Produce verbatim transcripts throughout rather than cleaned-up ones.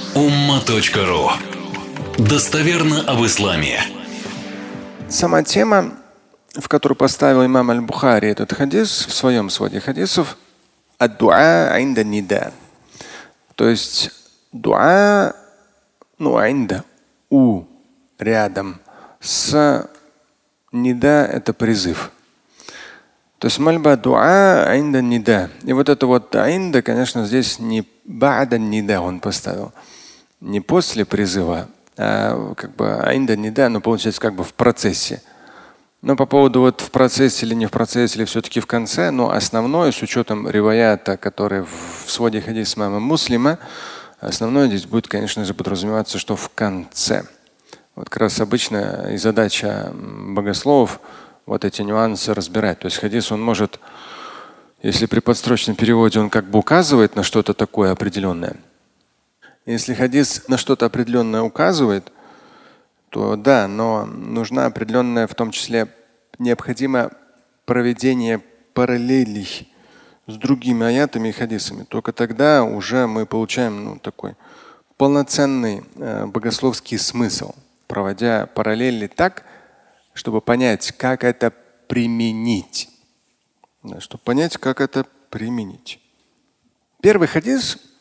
умма точка ру. Достоверно об исламе. Сама тема, в которую поставил имам Аль-Бухари этот хадис в своем своде хадисов, ад-дуа инда нида. То есть дуа, ну, инда, у, рядом, с нида – это призыв. То есть мольба дуа инда нида. И вот это вот инда, конечно, здесь не ба'да нида он поставил. Не после призыва, а как бы инда нида, но получается как бы в процессе. Но по поводу вот в процессе или не в процессе, или все-таки в конце, но основное, с учетом риваята, который в своде хадиса имама Муслима, основное здесь будет, конечно же, подразумеваться, что в конце. Вот как раз обычно и задача богословов вот эти нюансы разбирать. То есть хадис, он может, если при подстрочном переводе он как бы указывает на что-то такое определенное. Если хадис на что-то определенное указывает, то да, но нужна определенная, в том числе необходимо проведение параллелей с другими аятами и хадисами. Только тогда уже мы получаем ну, такой полноценный э, богословский смысл, проводя параллели так, чтобы понять, как это применить. Да, чтобы понять, как это применить. Первый хадис –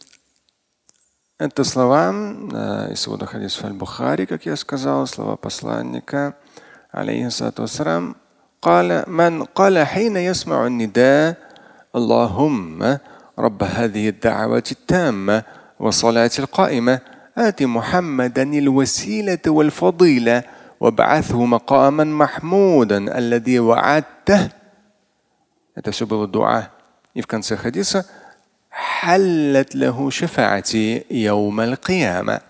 это слова э, из свода хадисов Аль-Бухари, как я сказал, слова посланника, алейхиссалату вассалям. قال من قال حين يسمع النداء اللهم رب هذه الدعوة التامة والصلاة القائمة آت محمدا الوسيلة والفضيلة وابعثه مقاما محمودا الذي وعدته. Это все было дуа. И в конце хадиса حلت له شفاعتي يوم القيامة.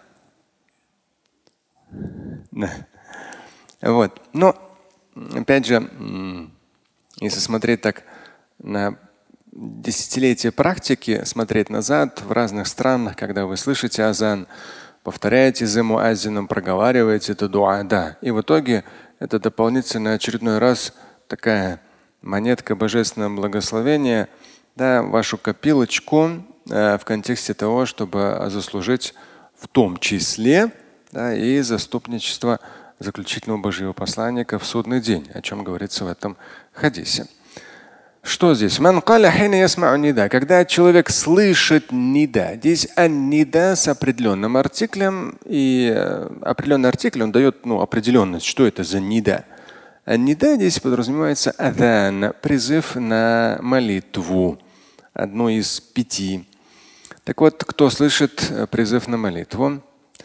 Вот. Но опять же, если смотреть так на десятилетия практики, смотреть назад в разных странах, когда вы слышите азан, повторяете за муаззином, проговариваете это дуа, да. И в итоге это дополнительно очередной раз такая монетка божественного благословения, да, вашу копилочку э, в контексте того, чтобы заслужить в том числе да, и заступничество заключительного Божьего посланника в судный день, о чем говорится в этом хадисе. Что здесь? Когда человек слышит нида, здесь ан-нида с определенным артиклем, и определенный артикль он дает ну, определенность, что это за нида. Ан-нида здесь подразумевается адан, призыв на молитву, одну из пяти. Так вот, кто слышит призыв на молитву,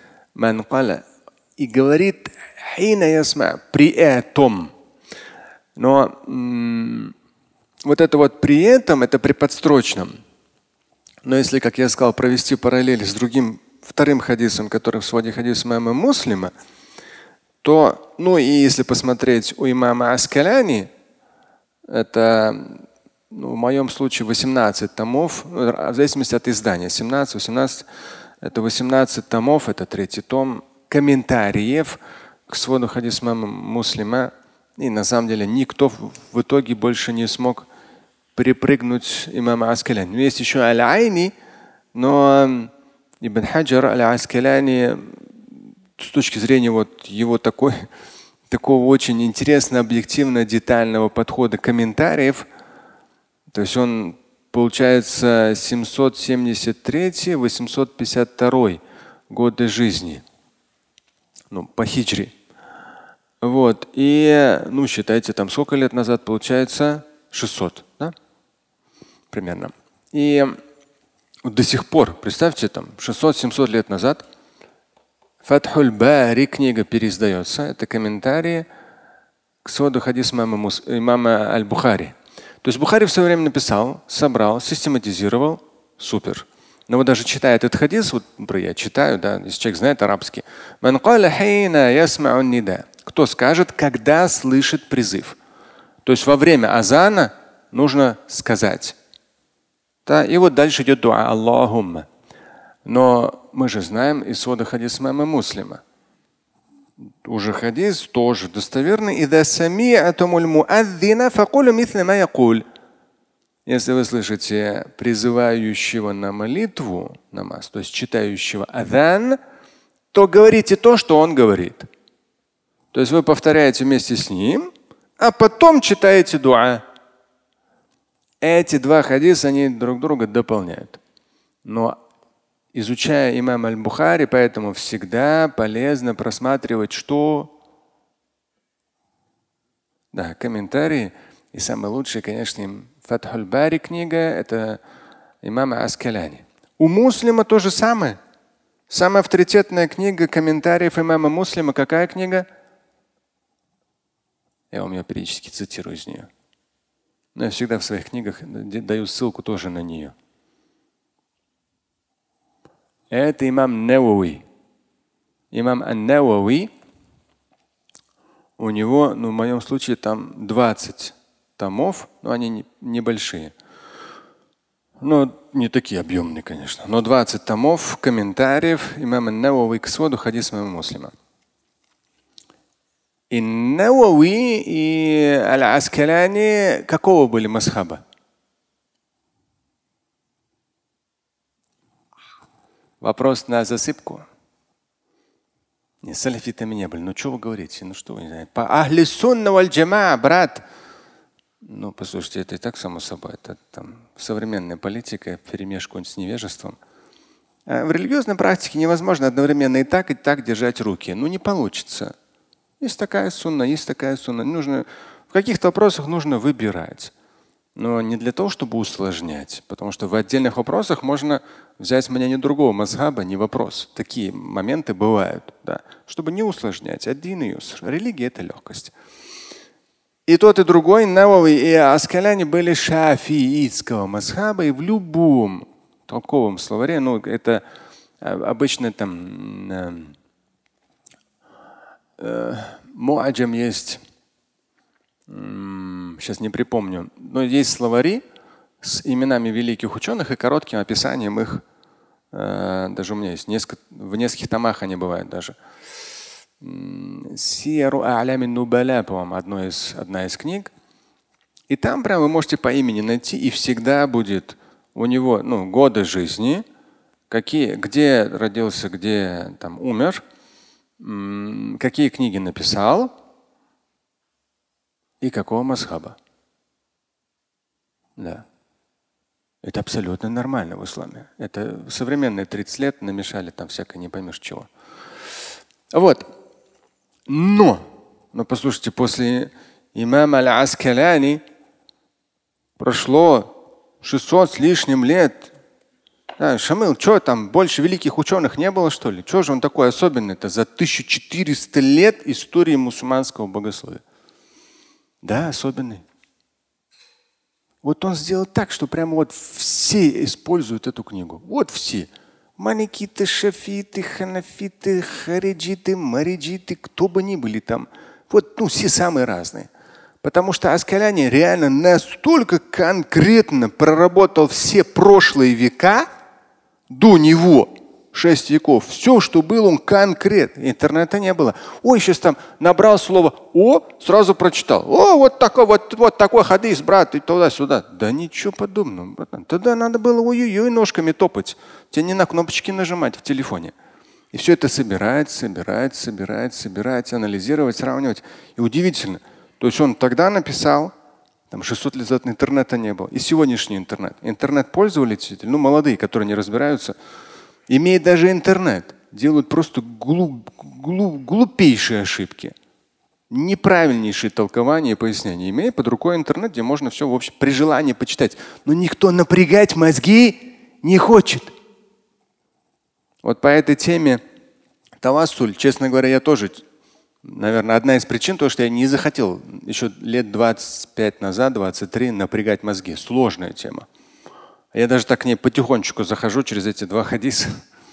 и говорит при этом, но м- вот это вот при этом, это при подстрочном. Но если, как я сказал, провести параллель с другим вторым хадисом, который в своде хадис имама Муслима, то, ну и если посмотреть у имама Аскаляни, это ну, в моем случае восемнадцать томов, в зависимости от издания, семнадцать, восемнадцать, это восемнадцать томов, это третий том, комментариев к своду хадис имама Муслима. И на самом деле никто в итоге больше не смог перепрыгнуть имама Аскаляни. Есть еще Аль-Айни, но Ибн Хаджар Аль-Аскаляни с точки зрения вот его такой, такого очень интересного, объективно детального подхода комментариев, то есть он получается семьсот семьдесят третий — восемьсот пятьдесят второй годы жизни, ну, по хиджре. Вот. И, ну, считайте, там сколько лет назад получается? шестьсот, да? Примерно. И до сих пор, представьте, там шестьсот-семьсот лет назад Фатхуль Бари книга переиздается. Это комментарии к своду хадиса имама, имама Аль-Бухари. То есть Бухари в свое время написал, собрал, систематизировал. Супер. Но вот даже читая этот хадис, вот я читаю, да, если человек знает арабский. Кто скажет, когда слышит призыв. То есть во время азана нужно сказать. Да, и вот дальше идет дуа Аллахумма. Но мы же знаем из свода хадиса имама Муслима. Уже хадис тоже достоверный. Если вы слышите призывающего на молитву, намаз, то есть читающего адан, то говорите то, что он говорит. То есть вы повторяете вместе с ним, а потом читаете дуа. Эти два хадиса, они друг друга дополняют. Но изучая имама аль-Бухари, поэтому всегда полезно просматривать, что… Да, комментарии. И самый лучший, конечно, Фатхуль Бари книга – это имама Аскаляни. У Муслима то же самое. Самая авторитетная книга комментариев имама Муслима – какая книга? Я вам ее периодически цитирую из нее. Но я всегда в своих книгах даю ссылку тоже на нее. Это имам Науави. Имам ан-Науави, у него, ну, в моем случае, там двадцать томов, но они небольшие. Ну, не такие объемные, конечно. Но двадцать томов комментариев имама Науави к своду хадис имама Муслима. И Науави и Аль-Аскаляни какого были мазхаба? Вопрос на засыпку. Не, салафитами не были. Ну что вы говорите? Ну что вы не знаете? По ахли сунна валь джамаа, брат. Ну, послушайте, это и так само собой. Это там современная политика, вперемешку с невежеством. А в религиозной практике невозможно одновременно и так, и так держать руки. Ну, не получится. Есть такая сунна, есть такая сунна. Нужно, в каких-то вопросах нужно выбирать. Но не для того, чтобы усложнять. Потому что в отдельных вопросах можно взять мнение другого мазхаба, не вопрос. Такие моменты бывают. Да. Чтобы не усложнять. Один и юср. Религия – это легкость. И тот, и другой, Науави и Аскаляни, были шафиитского мазхаба. И в любом толковом словаре, ну, это обычно там э, э, муаджам есть. Сейчас не припомню, но есть словари с именами великих ученых и коротким описанием их. Даже у меня есть несколько, в нескольких томах они бывают даже. Сияру а'лями нубаля, по-моему, одна из, одна из книг. И там прям вы можете по имени найти, и всегда будет у него, ну, годы жизни, какие, где родился, где там умер, какие книги написал. И какого мазхаба? Да. Это абсолютно нормально в исламе. Это современные тридцать лет намешали там всякое не поймешь чего. Вот. Но, но послушайте, после имама Аль-Аскаляни прошло шестьсот с лишним лет. Да, Шамил, что там, больше великих ученых не было, что ли? Что же он такой особенный-то за тысячу четыреста лет истории мусульманского богословия? Да, особенный. Вот он сделал так, что прямо вот все используют эту книгу. Вот все. Маникиты, шафиты, ханафиты, хариджиты, мариджиты, кто бы ни были там. Вот, ну, все самые разные. Потому что Аскаляни реально настолько конкретно проработал все прошлые века до него. Шесть веков. Все, что было, он конкретно. Интернета не было. Ой, сейчас там набрал слово «о», сразу прочитал. О, вот такой, вот, вот такой хадис, брат, и туда-сюда. Да ничего подобного, братан. Тогда надо было ой-ой-ой ножками топать. Тебе не на кнопочки нажимать в телефоне. И все это собирать, собирать, собирать, собирать, анализировать, сравнивать. И удивительно. То есть он тогда написал, там шестьсот лет назад интернета не было. И сегодняшний интернет. Интернет-пользователи, ну молодые, которые не разбираются, имея даже интернет, делают просто глуп, глуп, глупейшие ошибки. Неправильнейшие толкования и пояснения. Имея под рукой интернет, где можно все в общем при желании почитать. Но никто напрягать мозги не хочет. Вот по этой теме тавассуль, честно говоря, я тоже, наверное, одна из причин, то, что я не захотел еще лет двадцать пять назад, двадцать три напрягать мозги. Сложная тема. Я даже так к ней потихонечку захожу через эти два хадиса.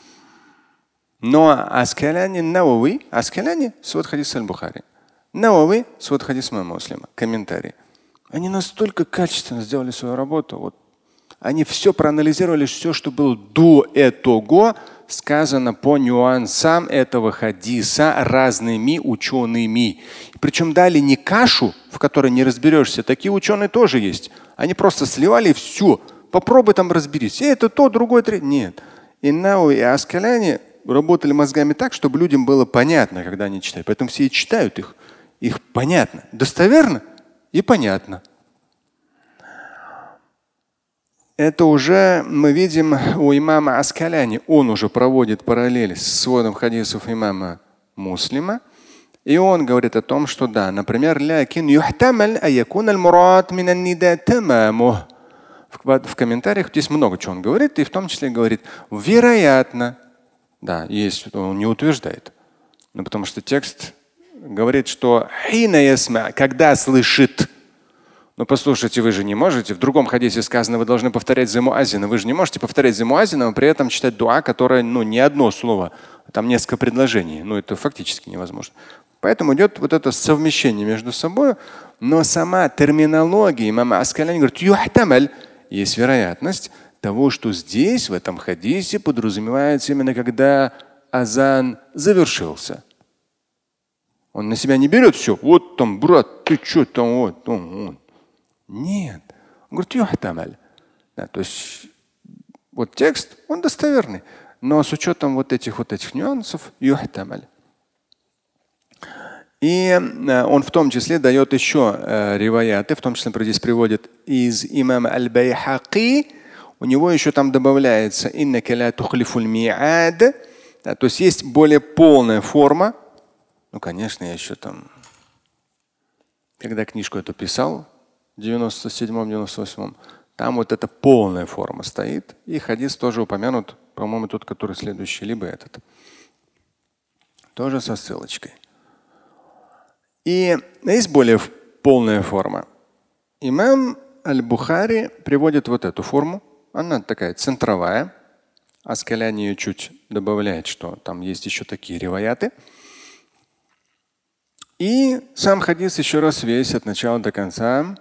Но Аскаляни, Науави, Аскаляни – свод хадис аль-Бухари. Науави – свод хадис имама Муслима. Комментарий. Они настолько качественно сделали свою работу. Вот. Они все проанализировали, все, что было до этого, сказано по нюансам этого хадиса разными учеными. Причем дали не кашу, в которой не разберешься. Такие ученые тоже есть. Они просто сливали и все. Попробуй там разберись. Это то, другое, третье. Нет. И Науи и Аскаляни работали мозгами так, чтобы людям было понятно, когда они читают. Поэтому все и читают их. Их понятно. Достоверно и понятно. Это уже мы видим у имама Аскаляни. Он уже проводит параллель с сводом хадисов имама Муслима. И он говорит о том, что да, например, лякин юхтамаль аякун аль-мурад мин ан-нида тамамух. В комментариях здесь много чего он говорит, и в том числе говорит, вероятно, да, есть, он не утверждает, но потому что текст говорит, что когда слышит. Но послушайте, вы же не можете. В другом хадисе сказано, вы должны повторять за муаззина. Вы же не можете повторять за муаззином, при этом читать дуа, которое ну, не одно слово, а там несколько предложений. Ну, это фактически невозможно. Поэтому идет вот это совмещение между собой. Но сама терминология имама Аскаляни говорит, юхтамаль, есть вероятность того, что здесь, в этом хадисе, подразумевается именно когда азан завершился. Он на себя не берет все. Вот там, брат, ты что там, вот, он, он. Нет. Он говорит, юхтамаль. Да, то есть вот текст, он достоверный. Но с учетом вот этих вот этих нюансов, юхтамаль. И он в том числе дает еще э, риваяты, в том числе здесь приводит из имама аль-Байхаки. У него еще там добавляется иннака ла тухлифуль ми'ад. То есть есть более полная форма. Ну, конечно, я еще там, когда книжку эту писал, в девяносто седьмом — девяносто восьмом, там вот эта полная форма стоит. И хадис тоже упомянут, по-моему, тот, который следующий, либо этот. Тоже со ссылочкой. И есть более полная форма. Имам аль-Бухари приводит вот эту форму. Она такая центровая. Аскаляни ее чуть добавляет, что там есть еще такие риваяты. И сам хадис еще раз весь от начала до конца.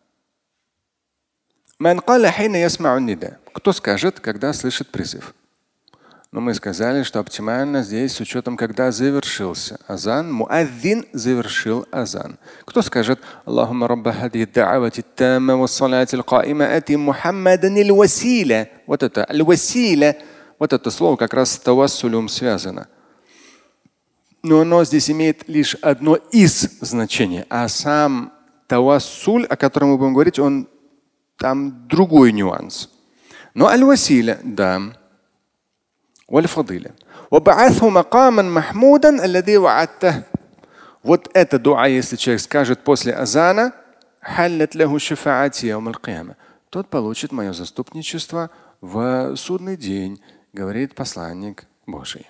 Кто скажет, когда слышит призыв? Но мы сказали, что оптимально здесь с учетом, когда завершился азан, муаддин завершил азан. Кто скажет, Аллахумма рабба хадихи да'авати тамма ва салати аль-каима ати Мухаммадан аль-василя. Вот это аль-василя, вот это слово как раз с тавассулем связано. Но оно здесь имеет лишь одно из значений, а сам тавассуль, о котором мы будем говорить, он там другой нюанс. Но аль-василя, да. والفضيلة وبعثه مقاما محمودا الذي وعدته. Вот это дуа, если человек скажет после азана, حلت له شفاعتي يوم القيامة, тот получит мое заступничество в судный день, говорит посланник Божий.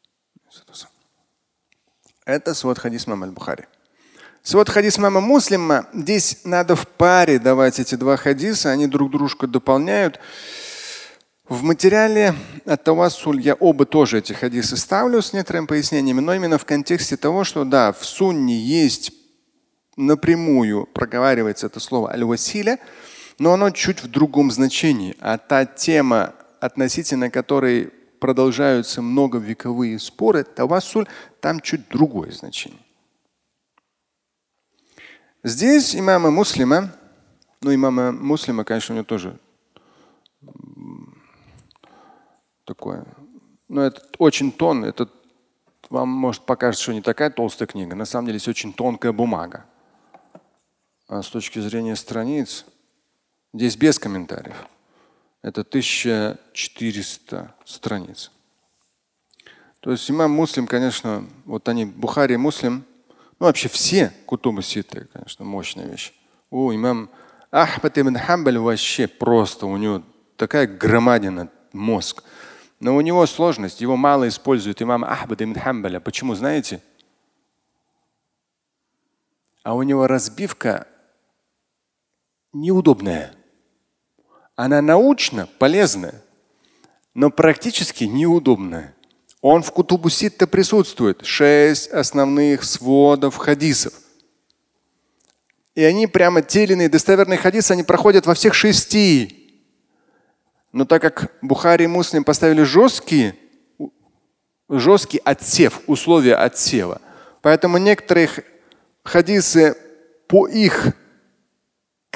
Это свод хадис имама аль-Бухари. Свод хадис имама Муслима. Здесь надо в паре давать эти два хадиса, они друг дружку дополняют. В материале ат-тавассуль я оба тоже эти хадисы ставлю с некоторыми пояснениями, но именно в контексте того, что да, в сунне есть напрямую проговаривается это слово аль-василя, но оно чуть в другом значении. А та тема, относительно которой продолжаются многовековые споры, тавассуль, там чуть другое значение. Здесь имама Муслима, ну имама Муслима, конечно, у него тоже такое. Но это очень тонко. Это вам может покажется, что не такая толстая книга. На самом деле здесь очень тонкая бумага. А с точки зрения страниц, здесь без комментариев. Это тысяча четыреста страниц. То есть имам Муслим, конечно, вот они, Бухари и Муслим, ну вообще все кутубы ситты, конечно, мощная вещь. О, имам Ахмад ибн Хамбаль вообще просто, у него такая громадина мозг. Но у него сложность, его мало использует имам Ахмад ибн Хамбаля. Почему, знаете? А у него разбивка неудобная. Она научно полезная, но практически неудобная. Он в кутубу ситта присутствует. Шесть основных сводов хадисов. И они прямо те или иные достоверные хадисы, они проходят во всех шести. Но так как Бухари и Муслим поставили жесткий, жесткий отсев, условия отсева, поэтому некоторые хадисы по их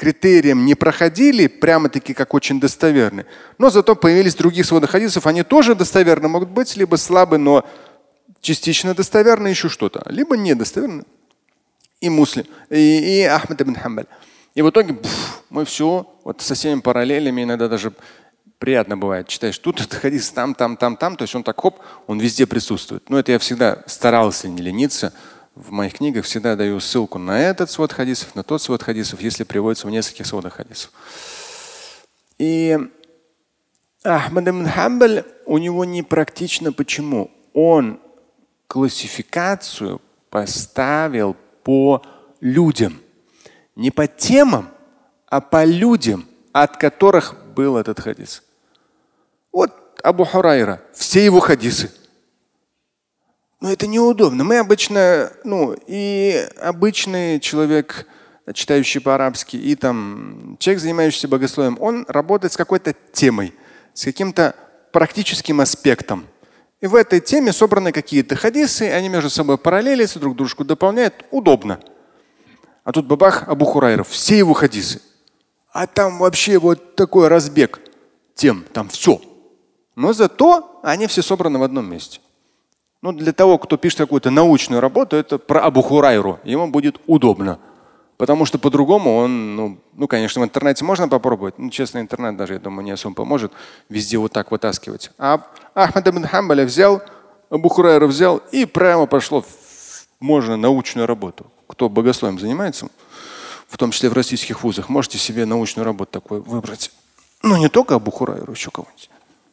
критериям не проходили, прямо-таки как очень достоверны. Но зато появились другие своды хадисов, они тоже достоверны могут быть, либо слабы, но частично достоверны, еще что-то, либо недостоверны. И Муслим, и, и Ахмад ибн Хамбаль. И в итоге пфф, мы все вот со всеми параллелями, иногда даже приятно бывает. Читаешь тут этот хадис, там, там, там, там. То есть он так хоп, он везде присутствует. Но это я всегда старался не лениться. В моих книгах всегда даю ссылку на этот свод хадисов, на тот свод хадисов, если приводится в нескольких сводах хадисов. И Ахмад ибн Хамбаль, у него непрактично. Почему? Он классификацию поставил по людям. Не по темам, а по людям, от которых был этот хадис. Вот Абу Хурайра, все его хадисы. Но это неудобно. Мы обычно, ну, и обычный человек, читающий по-арабски, и там человек, занимающийся богословием, он работает с какой-то темой, с каким-то практическим аспектом. И в этой теме собраны какие-то хадисы, они между собой параллелятся, друг дружку дополняют. Удобно. А тут бабах Абу Хурайра, все его хадисы. А там вообще вот такой разбег тем, там все. Но зато они все собраны в одном месте. Ну, для того, кто пишет какую-то научную работу, это про Абу Хурайру. Ему будет удобно. Потому что по-другому он, ну, ну, конечно, в интернете можно попробовать. Но, честно, интернет даже, я думаю, не особо поможет везде вот так вытаскивать. А Ахмад ибн Хамбаля взял, Абу Хурайру взял и прямо пошло в, можно научную работу. Кто богословием занимается, в том числе в российских вузах, можете себе научную работу такую выбрать. Ну, не только Абу Хурайру, еще кого-нибудь.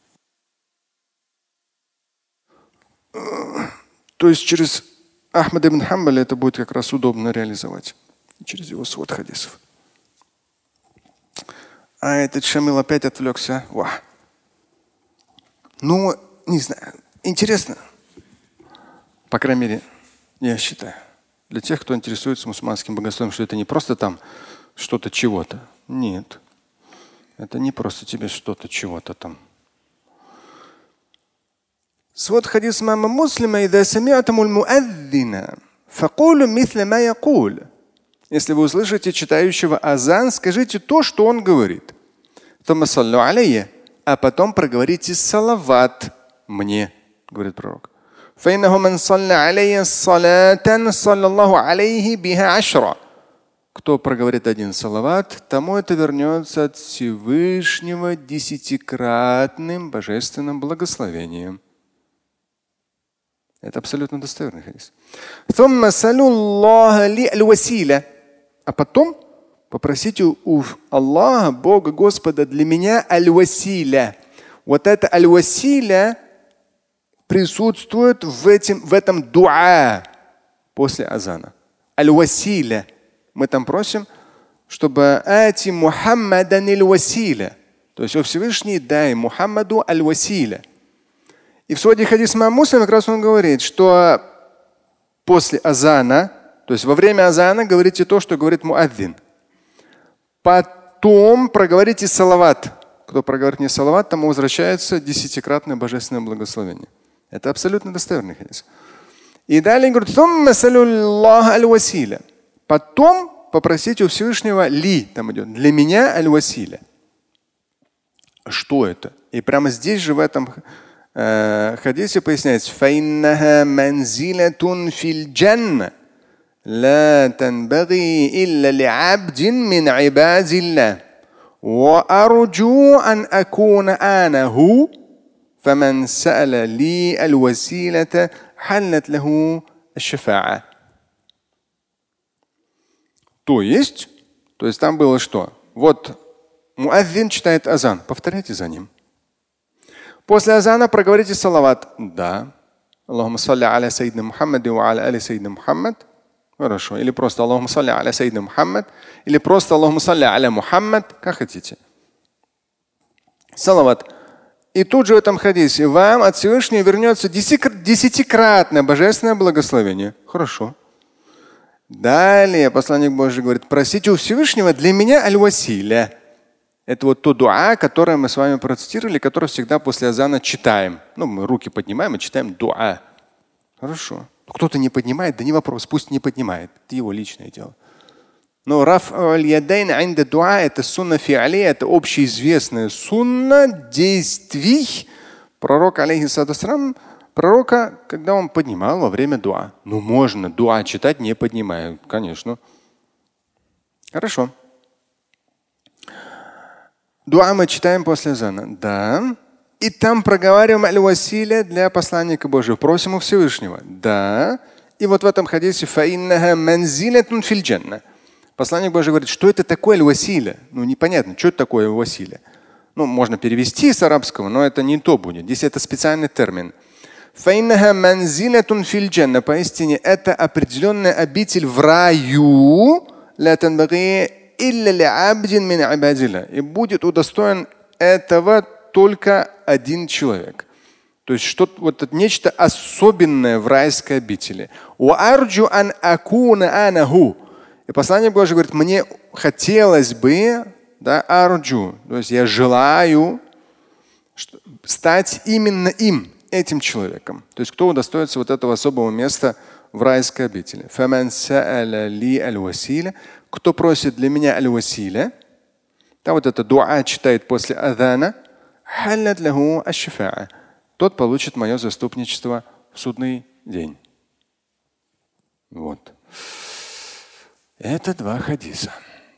То есть через Ахмад ибн Хамбаля это будет как раз удобно реализовать. Через его свод хадисов. А этот Шамил опять отвлекся. Ва. Ну, не знаю. Интересно. По крайней мере, я считаю. Для тех, кто интересуется мусульманским богословием, что это не просто там что-то чего-то. Нет. Это не просто тебе что-то чего-то там. Свод хадис имама Муслима: «Ида сами'тумул муаддина, факулу мисля ма якуль». Если вы услышите читающего азан, скажите то, что он говорит. А потом проговорите салават мне, говорит пророк. Кто проговорит один салават, тому это вернется от Всевышнего десятикратным божественным благословением. Это абсолютно достоверный хадис. А потом попросите у Аллаха, Бога, Господа, для меня аль-василя. Вот это аль-василя присутствует в, этим, в этом дуа после азана. Аль-василя. Мы там просим, чтобы ати Мухаммадан аль-василя. То есть, о Всевышний, дай Мухаммаду аль-василя. И в своде хадис имама Муслима как раз он говорит, что после азана, то есть во время азана говорите то, что говорит муаддин. Потом проговорите салават. Кто проговорит не салават, тому возвращается десятикратное божественное благословение. Это абсолютно достоверный хадис. И далее говорит: потом попросите у Всевышнего ли, там идет, для меня аль-василя. Что это? И прямо здесь же в этом хадисе поясняется: فَإِنَّهَا مَنْزِلَةٌ فِي الْجَنَّةِ لَا تَنْبَغِي إِلَّا لِعَبْدٍ مِنْ عِبَادِ اللَّهِ وَأَرْجُو أَنْ أَكُونَ أَنَا هُوَ فَمَنْ سَأَلَ لِي الْوَسِيلَةَ حَلَّتْ لَهُ الشَّفَاعَةُ. То есть, то есть там было что? Вот муаддин читает азан, повторяйте за ним. После азана проговорите салават. Да. Аллахумма салли аля сайидна Мухаммад ва аля али сайидна Мухаммад. Хорошо. Или просто Аллахумма салли аля сайидна Мухаммад. Или просто Аллахумма салли аля Мухаммад. Как хотите. Салават. И тут же в этом хадисе вам от Всевышнего вернется десятикратное божественное благословение. Хорошо. Далее посланник Божий говорит: просите у Всевышнего для меня аль-василя. Это вот то дуа, которое мы с вами процитировали, которое всегда после азана читаем. Ну, мы руки поднимаем и читаем дуа. Хорошо. Кто-то не поднимает, да не вопрос, пусть не поднимает. Это его личное дело. Но раф'уль ядайн инда дуа — это сунна фи'алия, это общеизвестная сунна действий пророка, алейхиссалям, пророка, когда он поднимал во время дуа. Ну можно дуа читать, не поднимая, конечно. Хорошо. Дуа мы читаем после азана. Да. И там проговариваем аль-василя для посланника Божьего. Просим у Всевышнего. Да. И вот в этом хадисе фаиннаха манзилятун фил джанна. Посланник Божий говорит, что это такое аль-василя? Ну непонятно, что это такое аль-василя. Ну, можно перевести с арабского, но это не то будет. Здесь это специальный термин. Фаиннаха манзилятун фил джанна. Поистине это определенная обитель в раю. Ла танбаги илля ли абдин мин абадилля. И будет удостоен этого только один человек. То есть что-то вот нечто особенное в райской обители. И посланник Божий говорит, мне хотелось бы, да, арджу, то есть я желаю стать именно им, этим человеком. То есть кто удостоится вот этого особого места в райской обители. Кто просит для меня аль-василя, да, вот это дуа читает после адана, тот получит мое заступничество в судный день. Вот. Это два хадиса.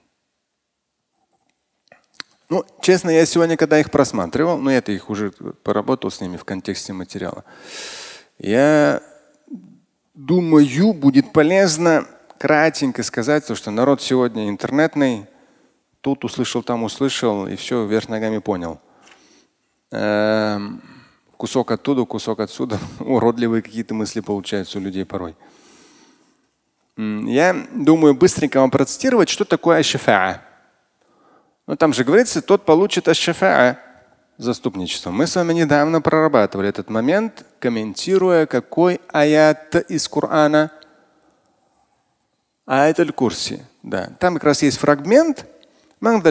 Ну, честно, я сегодня, когда их просматривал, ну, это их уже поработал с ними в контексте материала, я думаю, будет полезно кратенько сказать, то, что народ сегодня интернетный, тут услышал, там услышал, и все вверх ногами понял. Эм, кусок оттуда, кусок отсюда. Уродливые какие-то мысли получаются у людей порой. Я думаю быстренько вам процитировать, что такое аш-шафаа. Ну, там же говорится, тот получит аш-шафаа, заступничество. Мы с вами недавно прорабатывали этот момент, комментируя, какой аят из Корана. Аят аль-Курси. Да. Там как раз есть фрагмент. То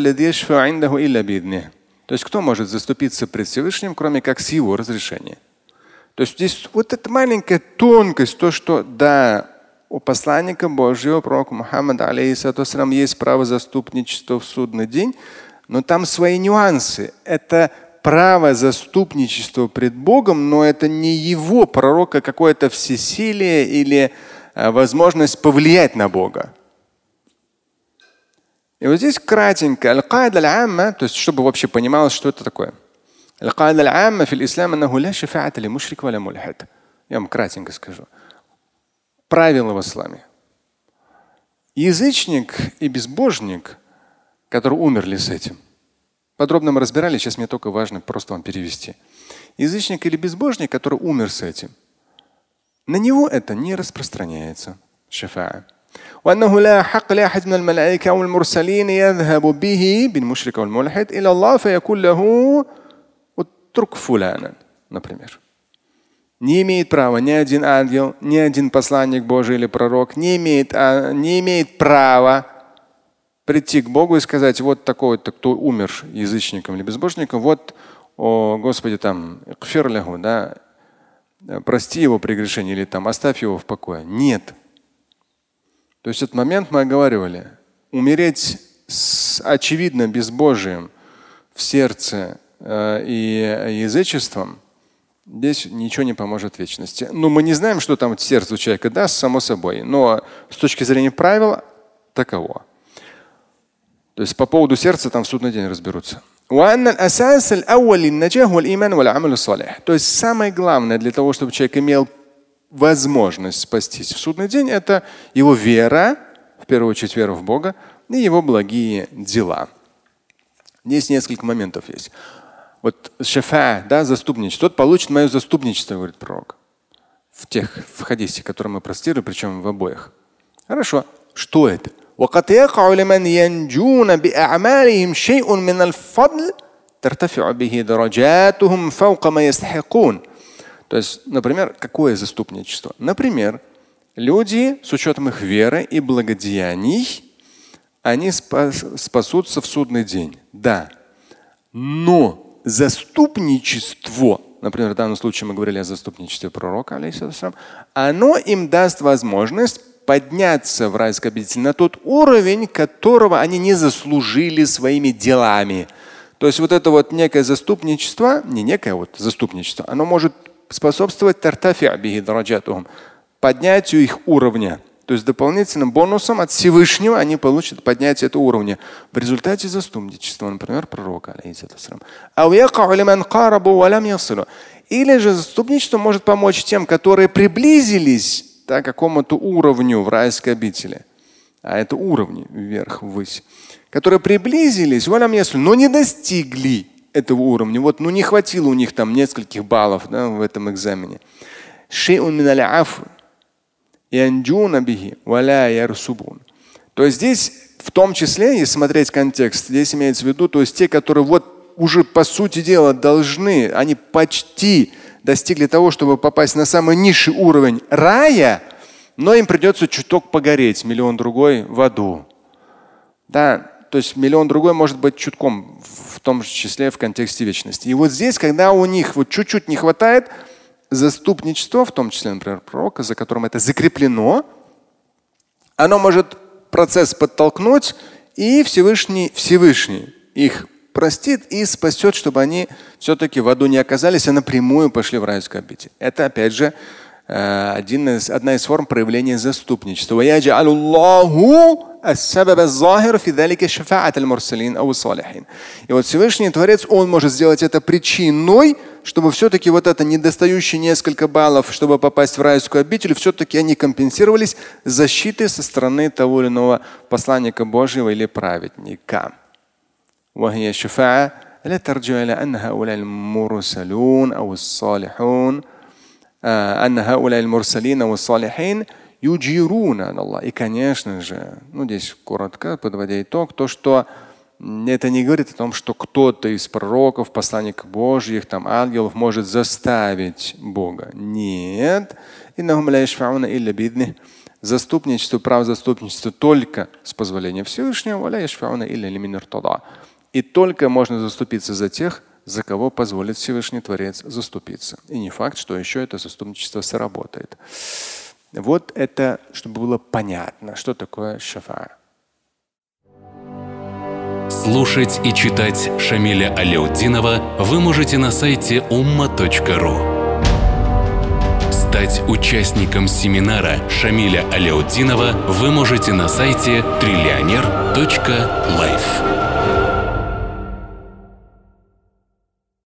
есть кто может заступиться пред Всевышним, кроме как с его разрешения. То есть здесь вот эта маленькая тонкость, то, что да, у посланника Божьего, пророка Мухаммада, алейхиссалям, есть право заступничества в судный день, но там свои нюансы. Это право заступничества пред Богом, но это не его пророка какое-то всесилие или а, возможность повлиять на Бога. И вот здесь кратенько, аль-каида аль-амма, то есть чтобы вообще понималось, что это такое. Аль-каида аль-амма в исламе аннаху ла шафаата ли мушрик ва ла мульхид. Я вам кратенько скажу. Правило в исламе. Язычник и безбожник, которые умерли с этим, подробно мы разбирали, сейчас мне только важно просто вам перевести. Язычник или безбожник, который умер с этим, на него это не распространяется. Шафаа. وأنه لا حق لأحد من الملائكة أو المرسلين يذهب به بالمشرك والملحد إلى الله فيقول له اترك فلانا, например. Не имеет права ни один ангел, ни один посланник Божий или пророк, не имеет, а, не имеет права прийти к Богу и сказать, вот такой-то, кто умер язычником или безбожником, вот, о Господи, там, да, прости его прегрешение или там оставь его в покое. Нет. То есть этот момент мы оговаривали. Умереть с очевидно безбожием в сердце э, и язычеством, здесь ничего не поможет вечности. Ну, мы не знаем, что там в сердце у человека даст, само собой. Но с точки зрения правил таково. То есть по поводу сердца там в судный день разберутся. То есть самое главное для того, чтобы человек имел возможность спастись в судный день, это его вера, в первую очередь вера в Бога, и его благие дела. Здесь несколько моментов есть. Вот шафа, да, заступничество. Тот получит мое заступничество, говорит пророк. В тех в хадисе, которые мы простили, причем в обоих. Хорошо. Что это? То есть, например, какое заступничество? Например, люди с учетом их веры и благодеяний, они спас, спасутся в судный день. Да. Но заступничество, например, в данном случае мы говорили о заступничестве пророка, алейхиссалям, оно им даст возможность подняться в райской обители на тот уровень, которого они не заслужили своими делами. То есть вот это вот некое заступничество, не некое вот заступничество, оно может способствовать поднятию их уровня. То есть дополнительным бонусом от Всевышнего они получат поднятие этого уровня в результате заступничества, например, пророка. Или же заступничество может помочь тем, которые приблизились да, к какому-то уровню в райской обители. А это уровни вверх, ввысь. Которые приблизились, но не достигли этого уровня. Вот, ну не хватило у них там нескольких баллов да, в этом экзамене. То есть здесь в том числе, если смотреть контекст, здесь имеется в виду, то есть те, которые вот уже по сути дела должны, они почти достигли того, чтобы попасть на самый низший уровень рая, но им придется чуток погореть, миллион другой в аду. Да, то есть миллион другой может быть чутком, в том числе в контексте вечности. И вот здесь, когда у них вот чуть-чуть не хватает заступничества, в том числе, например, пророка, за которым это закреплено, оно может процесс подтолкнуть, и Всевышний, Всевышний их простит и спасет, чтобы они все-таки в аду не оказались, а напрямую пошли в райскую обитель. Это опять же один из, одна из форм проявления заступничества. И вот Всевышний Творец, он может сделать это причиной, чтобы все-таки вот это недостающие несколько баллов, чтобы попасть в райскую обитель, все-таки они компенсировались защитой со стороны того или иного посланника Божьего или праведника. أن هؤلاء المرسلين والصالحين يجيرون على الله. И, конечно же, ну здесь коротко, подводя итог, то, что это не говорит о том, что кто-то из пророков, посланников Божьих, там, ангелов может заставить Бога. Нет. Заступничество, право заступничества только с позволения Всевышнего. И только можно заступиться за тех, за кого позволит Всевышний Творец заступиться. И не факт, что еще это заступничество сработает. Вот это, чтобы было понятно, что такое шафаа. Слушать и читать Шамиля Аляутдинова вы можете на сайте умма точка ру. Стать участником семинара Шамиля Аляутдинова вы можете на сайте триллионер точка лайф.